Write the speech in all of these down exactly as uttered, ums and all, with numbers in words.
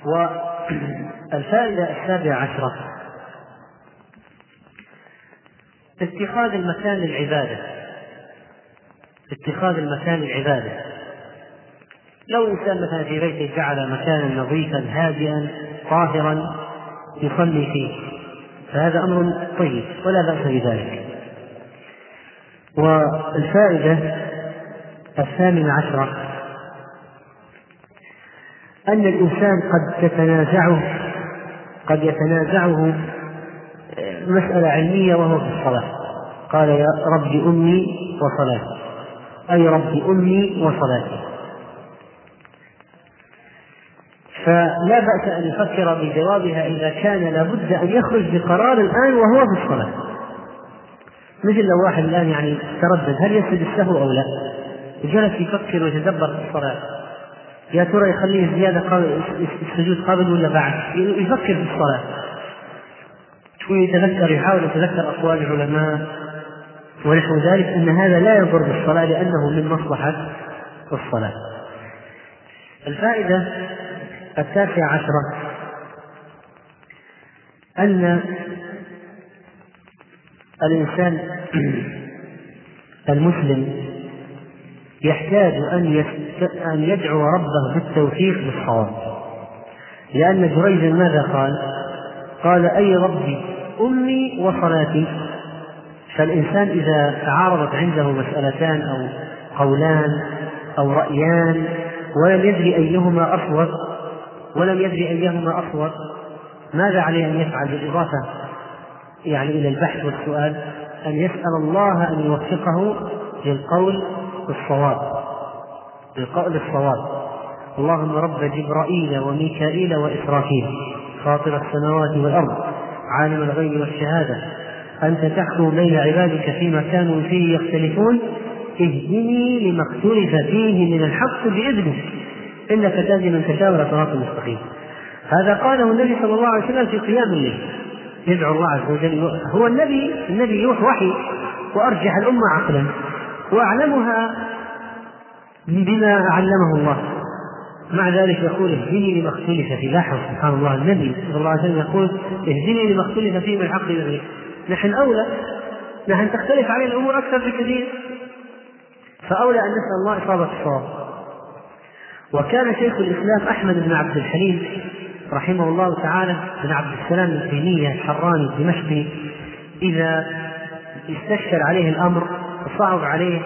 والفائدة السابعة عشرة اتخاذ المكان للعبادة. اتخاذ المكان للعبادة، لو إنسان مثلا في بيته جعل مكانا نظيفا هادئا طاهرا يصلي فيه فهذا أمر طيب ولا بأس بذلك. والفائدة الثامنة عشرة أن الإنسان قد تتنازعه قد يتنازعه مسألة علمية وهو في الصلاة، قال يا رب أمي وصلاتي، أي رب أمي وصلاتي، فلا بأس أن يفكر بجوابها إذا كان لابد أن يخرج بقرار الآن وهو في الصلاة. مثل لو واحد الآن يعني تردد هل يسجد السهو أو لا، جلس يفكر ويتدبر في الصلاة، يا ترى يخليه زيادة قبل السجود قبل ولا بعد، يفكر في الصلاة ويتذكر يحاول يتذكر أقوال العلماء ونحو ذلك، أن هذا لا يضر بالصلاة لأنه من مصلحة الصلاة. الفائدة التاسعة عشرة أن الإنسان المسلم يحتاج أن يدعو ربه بالتوفيق للصواب، لأن جريج ماذا قال؟ قال أي ربي أمي وصلاتي. فالإنسان إذا تعارضت عنده مسألتان أو قولان أو رأيان ولم يدري أيهما أصوب ولم يدري أيهما أصوب ماذا عليه أن يفعل؟ بالإضافة يعني إلى البحث والسؤال أن يسأل الله أن يوفقه للقول الصواب للقول الصواب. اللهم رب جبرائيل وميكائيل وإسرافيل فاطر السماوات والأرض عالم الغيب والشهادة أنت تحكم بين عبادك فيما كانوا فيه يختلفون اهدني لما اختلف فيه من الحق بإذنك إنك تهدي من تشاء إلى صراط مستقيم. هذا قاله النبي صلى الله عليه وسلم في قيام الليل، يدعو الله عز وجل. هو النبي النبي يوحي وحي وأرجح الأمة عقلا وأعلمها بما علمه الله، مع ذلك يقول اهدني لما اختلف فيه. لاحظ سبحان الله، النبي صلى الله عليه وسلم يقول اهدني لما اختلف فيه من الحق بإذنك. نحن أولى، نحن تختلف عليه الأمور أكثر بكثير، فأولى أن نسأل الله إصابة الصواب. وكان شيخ الإسلام أحمد بن عبد الحليم رحمه الله تعالى بن عبد السلام بن تيمية الحراني الدمشقي إذا استشكل عليه الأمر وصعب عليه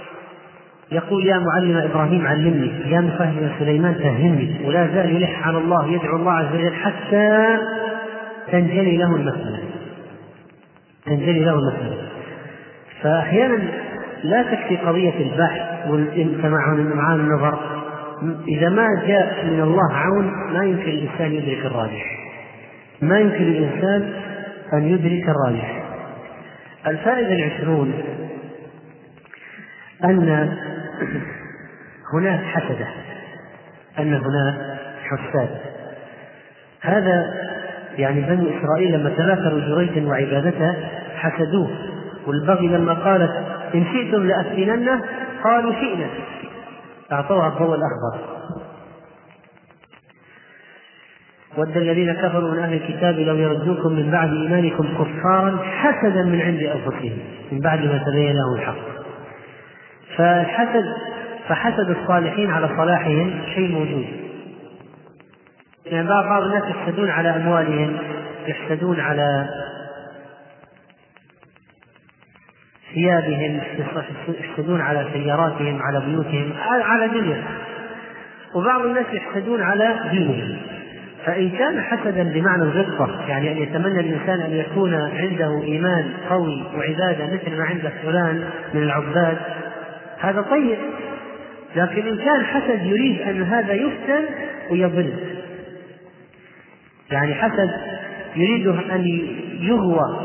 يقول يا معلم إبراهيم علمني، يا مفهم سليمان فهمني، ولا زال يلح على الله يدعو الله عز وجل حتى تنجلي له المسألة تنجلي له المسألة. فأحيانا لا تكفي قضية البحث والتمعن مع النظر، إذا ما جاء من الله عون ما يمكن الإنسان يدرك الراجح ما يمكن الإنسان أن يدرك الراجح. الفائدة العشرون أن هناك حسدة أن هناك حساد. هذا يعني بني إسرائيل لما تذاكروا جريجا وعبادته حسدوه، والبغي لما قالت إن شئتم لأفتننه قالوا شئنا، أعطوها الضوء الأخضر. ود الذين كفروا من أهل الكتاب لو يردوكم من بعد إيمانكم كفارا حسدا من عند أنفسهم من بعد ما تبين لهم الحق. فالحسد فحسد الصالحين على صلاحهم شيء موجود، يعني بعض الناس يحسدون على أموالهم، يحسدون على ثيابهم، يحسدون على سياراتهم، على بيوتهم، على دنيا، وبعض الناس يحسدون على دينهم. فإن كان حسدا بمعنى الغبطة، يعني أن يتمنى الإنسان أن يكون عنده إيمان قوي وعبادة مثل ما عند فلان من العباد، هذا طيب. لكن إن كان حسد يريد أن هذا يفتن ويضل، يعني حسد يريد أن يغوى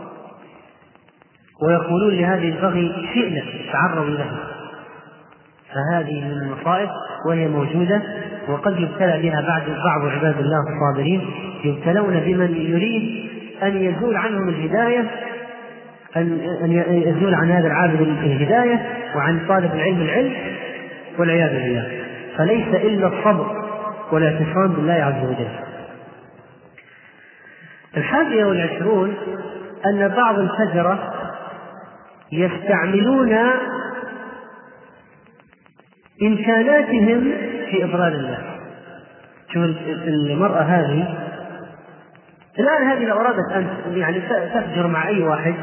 ويقولون لهذه البغي شئنا تعرضوا له، فهذه من المصائب وهي موجودة، وقد يبتلى بها بعض بعض عباد الله الصابرين، يبتلون بمن يريد أن يزول عنهم الهداية، أن يزول عن هذا العابد الهداية وعن طالب العلم العلم والعياذ بالله. فليس إلا الصبر والاعتصام بالله عز وجل. الحادية والعشرون أن بعض الفجرة يستعملون إمكاناتهم في إضلال الله. شوف المرأة هذه الآن، هذه لو أرادت أن يعني تفجر مع أي واحد،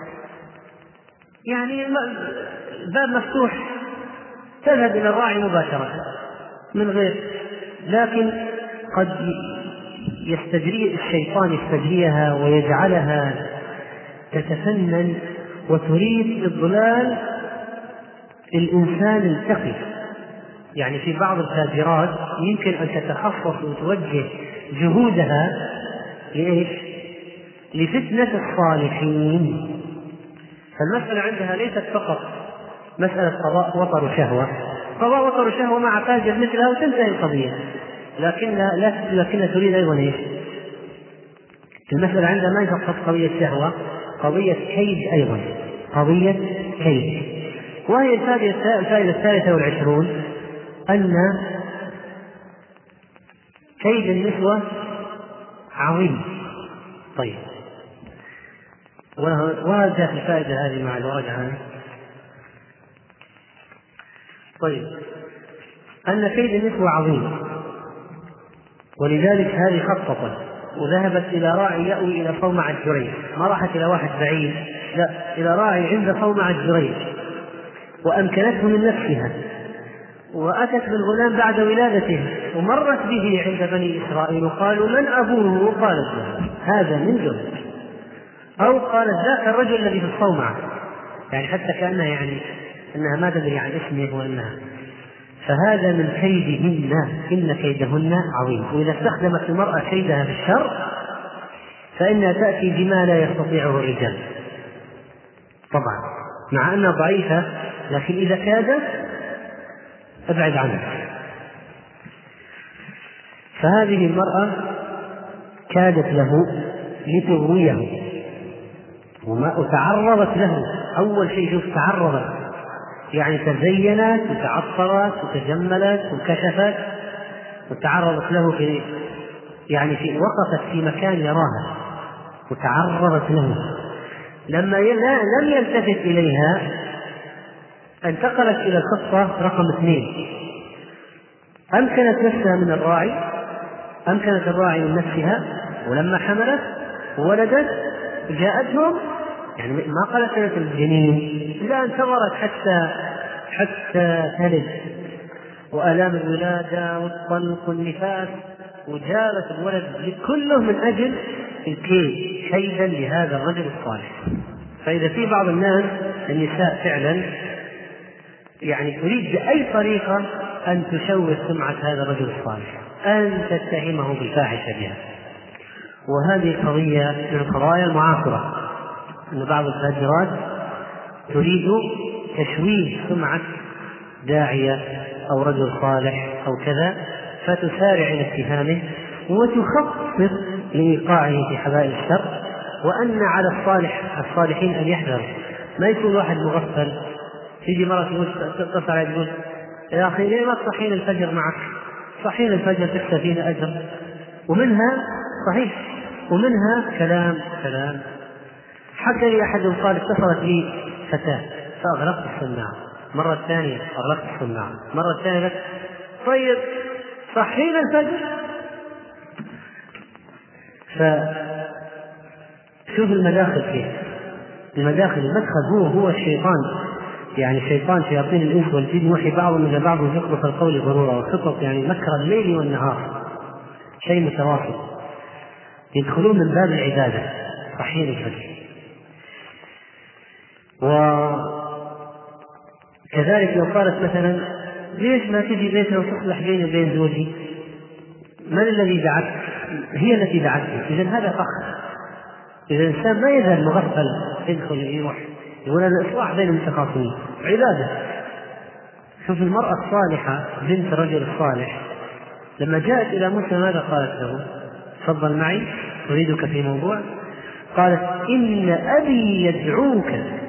يعني الباب مفتوح، تذهب إلى الراعي مباشرة من غير، لكن قد يستجري الشيطان يستجريها ويجعلها تتفنن وتريد إضلال الإنسان التقي. يعني في بعض الفاجرات يمكن أن تتخصص وتوجه جهودها لإيش؟ لفتنة الصالحين. فالمسألة عندها ليست فقط مسألة قضاء وطر وشهوة، قضاء وطر وشهوة مع فاجر مثلها وتنتهي القضية، لكن لا لكن تريد أيضا إيش؟ المسألة عندها ما فقط قضية شهوة، قضية كيد أيضا، قضية كيد. وهي الفائدة الثالثة والعشرون أن كيد النسوة عظيم. طيب، وهذا في الفائدة هذه مع الورقة. طيب، أن كيد النسوة عظيم، ولذلك هذه خططت وذهبت إلى راعي يأوي إلى صومعة جريج، ما راحت إلى واحد بعيد، لا، إلى راعي عند صومعة جريج، وأمكنته من نفسها، وأتت بالغلام بعد ولادته، ومرت به عند بني إسرائيل وقالوا من أبوه؟ قالت هذا من جريج، أو قالت ذاك الرجل الذي في الصومعة، يعني حتى كأنها يعني أنها ما تدري عن اسمه وأنها. فهذا من كيدهن، إن كيدهن عظيم. وإذا استخدمت المرأة كيدها في الشر فإنها تأتي بما لا يستطيعه الرجال طبعا، مع أنها ضعيفة، لكن إذا كادت ابعد عنها. فهذه المرأة كادت له لتغويه وما وتعرضت له. أول شيء شوف تعرضت، يعني تزينت وتعطرت وتجملت وكشفت وتعرضت له في يعني في وقفت في مكان يراها وتعرضت له. لما لم يلتفت إليها انتقلت إلى الخطة رقم اثنين، أمكنت نفسها من الراعي، أمكنت الراعي من نفسها، ولما حملت وولدت جاءتهم، يعني ما قالت سنة الجنين، لا، انتظرت حتى حتى تلد، وآلام الولادة والطلق والنفاس، وجابت الولد كله من أجل الكيد، كيدا لهذا الرجل الصالح. فإذا في بعض الناس النساء فعلا يعني تريد بأي طريقة أن تشوه سمعة هذا الرجل الصالح، أن تتهمه بالفاحشة بها. وهذه قضية من القضايا المعاصرة، أن بعض الفاجرات تريد تشويه سمعة داعية أو رجل صالح أو كذا، فتسارع إلى اتهامه وتخطط لإيقاعه في حبائل الشر. وأن على الصالح الصالحين أن يحذروا، ما يكون واحد مغفل تيجي مرة تقول تتصل تقول يا أخي ليه ما تصحين الفجر معك؟ صحين الفجر تكسب فينا أجر. ومنها صحيح، ومنها كلام كلام. حكى لي أحد قال اتصلت لي فتاة فأغلقت السماعة، مرة ثانية أغلقت السماعة، مرة ثالثة طيب صحين الفجر. فشوف المداخل فيه، المداخل المدخل هو هو الشيطان، يعني الشيطان شياطين الإنس والجن يوحي بعضهم إلى بعض يخلق القول غرورا، والخطط يعني مكر الليل والنهار، شيء متواصل، يدخلون من باب العبادة صحين الفجر. وكذلك لو قالت مثلا ليش ما تجي بيتنا وتصلح بيني وبين زوجي؟ من الذي دعت؟ هي التي دعتني. إذن هذا فخر. إذا الإنسان ما يزال مغفل يدخل يروح يقول أنا إصلاح بين المتخاصمين عبادة. شوف المرأة الصالحة بنت الرجل الصالح لما جاءت إلى موسى ماذا قالت له؟ تفضل معي أريدك في موضوع. قالت إن أبي يدعوك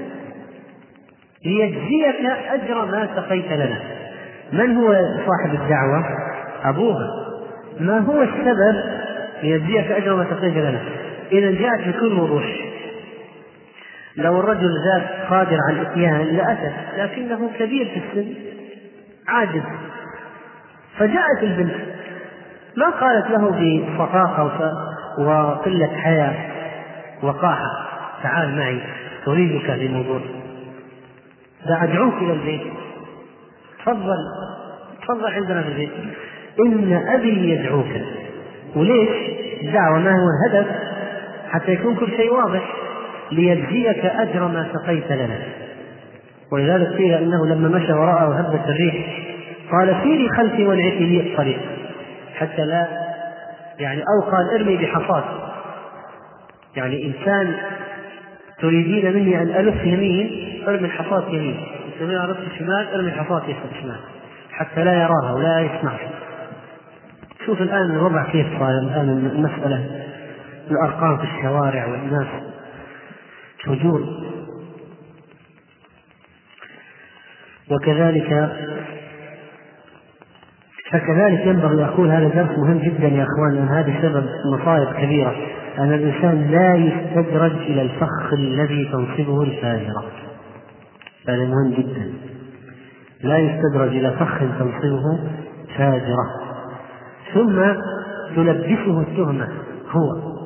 ليجزيك أجر ما سقيت لنا. من هو صاحب الدعوة؟ أبوها. ما هو السبب ليجزيك أجر ما سقيت لنا؟ إذا جاءت بكل وضوح. لو الرجل ذاك قادر على الإتيان لأتى، لكنه كبير في السن عاجز، فجاءت البنت ما قالت له بصفاقة وقلة حياة وقاحة تعال معي أريدك في موضوع، لا أدعوك إلى البيت، تفضل تفضل عندنا في البيت، إن أبي يدعوك. وليش الدعوة؟ ما هو الهدف؟ حتى يكون كل شيء واضح، ليجزيك أجر ما سقيت لنا. ولذلك قيل إنه لما مشى وراءه هبت الريح قال سيري خلفي وانعتي لي الطريق، حتى لا يعني، أو قال ارمي بحصاة، يعني إنسان تريدين مني أن ألف يمين ارمي الحصاة يمين، تريدين أن ألف شمال ارمي الحصاة شمال، حتى لا يراها ولا يسمعها. شوف الآن الوضع كيف صار الآن، المسألة الأرقام في الشوارع والناس فجور. وكذلك فكذلك ينبغي أقول هذا درس مهم جدا يا أخوان، لأن هذا سبب مصائب كبيرة، أن الإنسان لا يستدرج إلى الفخ الذي تنصبه الفاجرة. هذا مهم جدا، لا يستدرج إلى فخ تنصبه فاجرة ثم تلبسه التهمة. هو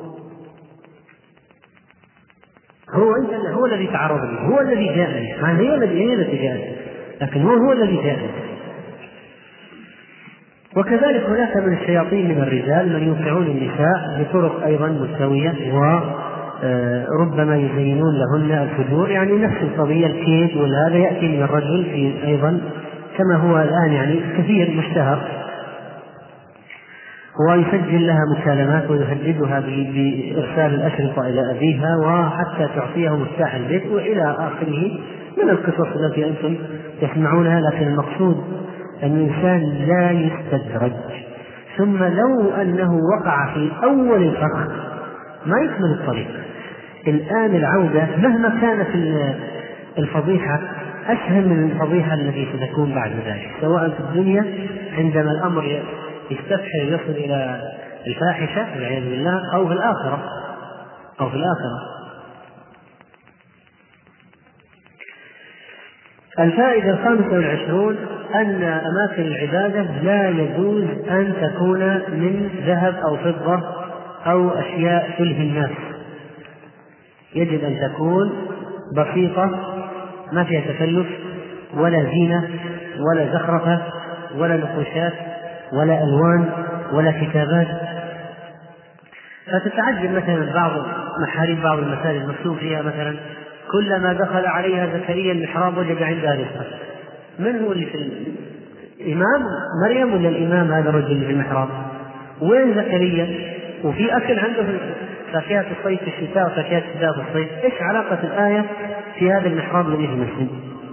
هو أنت هو الذي تعرضني، هو الذي جاءني، ما هي الذي هي التي جاءني، لكن هو هو الذي جاءني. وكذلك هناك من الشياطين من الرجال من يوقعون النساء بطرق أيضا مستوية، وربما يزينون لهن الفجور، يعني نفس القضية الكيد، وهذا يأتي من الرجل في أيضا كما هو الآن يعني كثير مشتهر، ويسجل لها مكالمات ويهددها بإرسال الأشرطة إلى أبيها وحتى تعطيه مفتاح البيت وإلى آخره من القصص التي أنتم تسمعونها. لكن المقصود أن الإنسان لا يستدرج، ثم لو أنه وقع في أول الفخ ما يكمل الطريق. الآن العودة مهما كانت الفضيحة أسهل من الفضيحة التي ستكون بعد ذلك، سواء في الدنيا عندما الأمر يستفحل يصل إلى الفاحشة والعياذ بالله، أو في الآخرة أو في الآخرة. الفائدة الخامسة والعشرون أن أماكن العبادة لا يجوز أن تكون من ذهب أو فضة أو أشياء تلهي الناس، يجب أن تكون بسيطة ما فيها تكلف ولا زينة ولا زخرفة ولا نقوشات ولا ألوان ولا كتابات. فتتعجب مثلا بعض محاريب بعض المساجد مكتوب فيها مثلا كلما دخل عليها زكريا المحراب وجد عندها رزقا. من هو اللي في الإمام مريم ولا الإمام هذا الرجل اللي في المحراب؟ وين زكريا؟ وفي أكل عنده في فاكهة الصيف في الشتاء وفاكهة الشتاء في الصيف. إيش علاقة الآية في هذا المحراب الذي في المسجد؟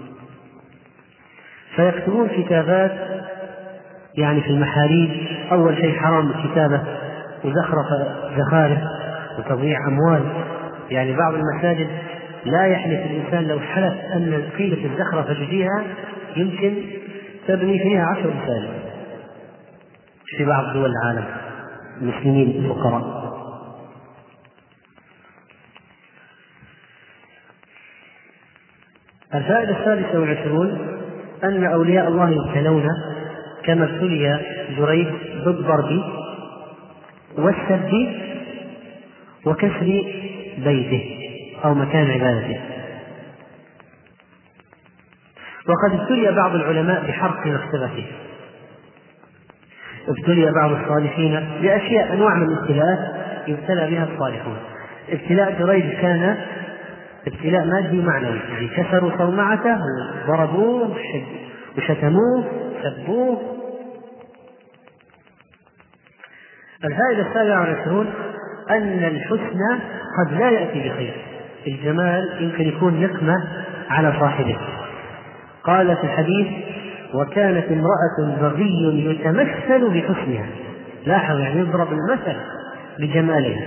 فيكتبون كتابات يعني في المحاريب. أول شيء حرام الكتابة وزخرف زخارف وتضييع أموال. يعني بعض المساجد لا يحلف الإنسان لو حلف أن قيمة الزخرفة فيها يمكن تبني فيها عشر مساجد في بعض دول العالم المسلمين الفقراء. الفائدة السادسة والعشرون أن أولياء الله يبتلون كما ابتلي جريج بالضرب والسب وكسر بيته أو مكان عبادته. وقد ابتلي بعض العلماء بحرق مكتبته، ابتلي بعض الصالحين بأشياء أنواع من الابتلاءات يبتلى بها الصالحون. ابتلاء جريج كان ابتلاء مادي ومعنوي، يعني كسروا صومعته وضربوه وشتموه سبوه. الفائدة السابعة والعشرون أن الحسنى قد لا يأتي بخير. الجمال يمكن يكون نقمة على صاحبه. قال في الحديث وكانت امرأة بغي يتمثل بحسنها. لاحظ يعني يضرب المثل بجمالها.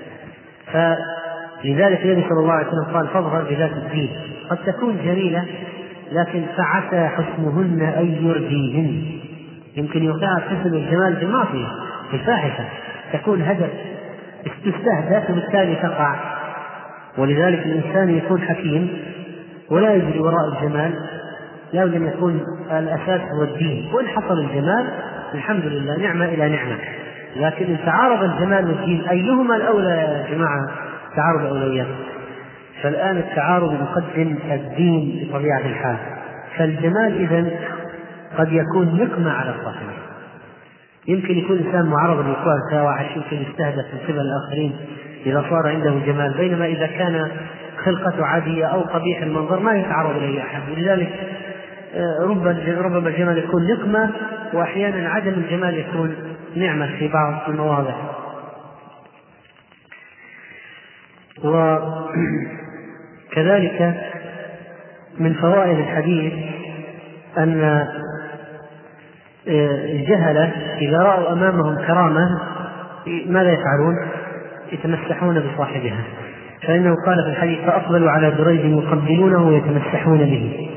فلذلك النبي صلى الله عليه وسلم قال فاظهر بذات الدين. قد تكون جميلة لكن فعسى حسنهن أن يرضيهن. يمكن يوقع حسن الجمال في المعصية، الفاحشة، تكون هدف استهدف وبالتالي تقع. ولذلك الإنسان يكون حكيم ولا يجري وراء الجمال، لابد أن يكون الأساس هو الدين. وإن حصل الجمال الحمد لله، نعمة إلى نعمة. لكن إن تعارض الجمال والدين أيهما الأولى يا جماعة؟ تعارض أولويات. فالآن التعارض يقدم الدين بطبيعة الحال. فالجمال إذن قد يكون نقمة على صاحبه. يمكن يكون إنسان معرض للوقوع الفاحش، يمكن يستهدف من قبل الآخرين إذا صار عنده جمال، بينما إذا كان خلقته عادية أو قبيح المنظر ما يتعرض إليه أحد. ولذلك ربما الجمال يكون نقمة، وأحيانا عدم الجمال يكون نعمة في بعض المواضع. وكذلك من فوائد الحديث أن الجهلة إذا رأوا أمامهم كرامة ماذا يفعلون؟ يتمسحون بصاحبها. فإنه قال في الحديث: فأقبلوا على دريد يقبلونه ويتمسحون به.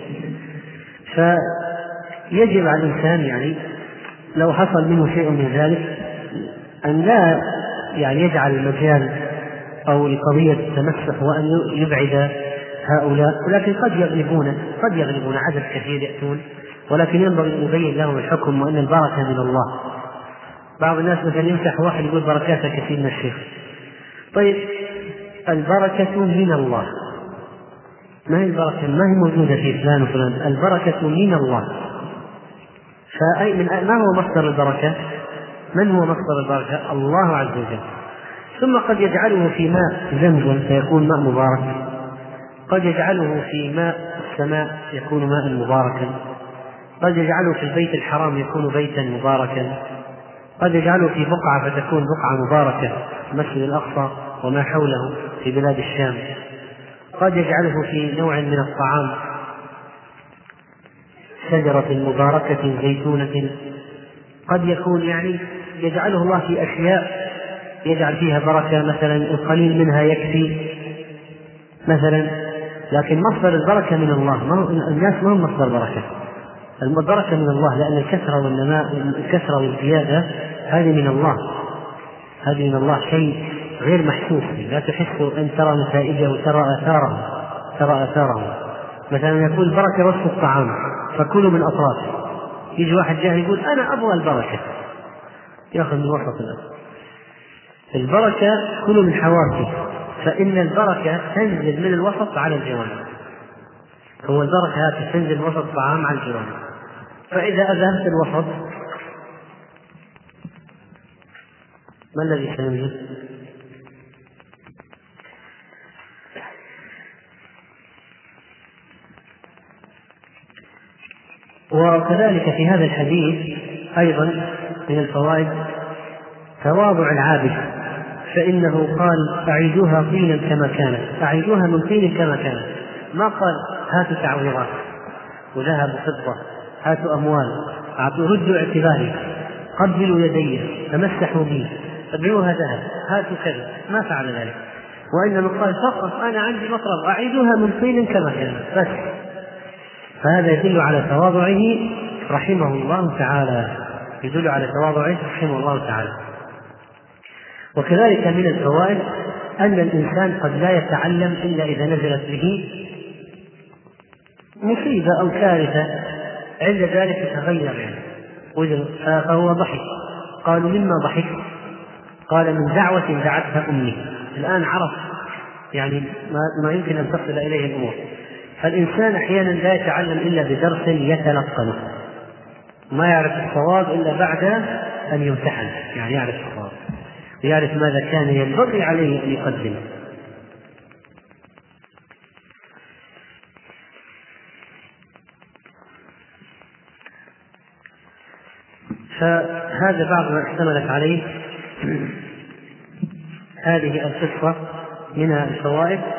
فيجب على الإنسان يعني لو حصل منه شيء من ذلك أن لا يعني يجعل المجال أو لقضية التمسح وأن يبعد هؤلاء، ولكن قد يغلبون قد يغلبون عدد كثير يأتون، ولكن ينبغي أن يبين لهم الحكم وأن البركة من الله. بعض الناس مثلا يمسح واحد يقول بركاته كثير من الشيخ. طيب البركة من الله، ما هي البركة؟ ما هي موجودة في فلان وفلان، البركة من الله. فأي من ما هو مصدر البركة؟ من هو مصدر البركة؟ الله عز وجل. ثم قد يجعله في ماء زمزم فيكون ماء مبارك، قد يجعله في ماء السماء يكون ماء مباركا، قد يجعله في البيت الحرام يكون بيتا مباركا، قد يجعله في بقعة فتكون بقعة مباركة المسجد الأقصى وما حوله في بلاد الشام، قد يجعله في نوع من الطعام شجرة مباركة زيتونة، قد يكون يعني يجعله الله في أشياء يجعل فيها بركة، مثلا القليل منها يكفي مثلا. لكن مصدر البركة من الله، ما الناس ما هم مصدر بركة. البركة من الله، لأن الكثرة والنماء الكثرة والزيادة هذه من الله، هذه من الله شيء غير محسوس، لا تحس أن ترى نتائجه وترى آثاره ترى آثاره. مثلا يقول البركة وصف الطعام فكلوا من أطرافه، يجي واحد جاهل يقول أنا أبغى البركة، يأخذ من وسط الأرض. البركة كلوا من حواسه، فإن البركة تنزل من الوسط على الجوانب. هو البركة هذه تنزل وسط الطعام على الجوانب، فإذا أذهبت الوسط ما الذي سينزل؟ وكذلك في هذا الحديث أيضا من الفوائد تواضع العابد، فإنه قال: أعيدوها طينا كما كانت، أعيدوها من طين كما كانت. ما قال هاتوا تعويضات وذهب وفضة، هاتوا أموال، أعطوا ردوا اعتباري، قبلوا يدي، تمسحوا بي، ابيعوها ذهب، هاتوا كذا. ما فعل ذلك، وإنما قال فقط أنا عندي مطلب أعيدوها من طين كما كانت بس. فهذا يدل على تواضعه رحمه الله تعالى، يدل على تواضعه رحمه الله تعالى. وكذلك من الفوائد أن الإنسان قد لا يتعلم إلا إذا نزلت به مصيبة أو كارثة، عند ذلك يتغير يعني. فهو ضحك. قالوا: مما ضحك؟ قال: من دعوة دعتها أمي. الآن عرف يعني ما يمكن أن تصل إليه الأمور. فالإنسان أحيانا لا يتعلم إلا بدرس يتلقنه، ما يعرف الصواب إلا بعد أن يمتحن، يعني يعرف الصواب، يعرف ماذا كان ينبغي عليه أن يقدم. فهذا بعض ما اشتملت عليه هذه القصة من الفوائد.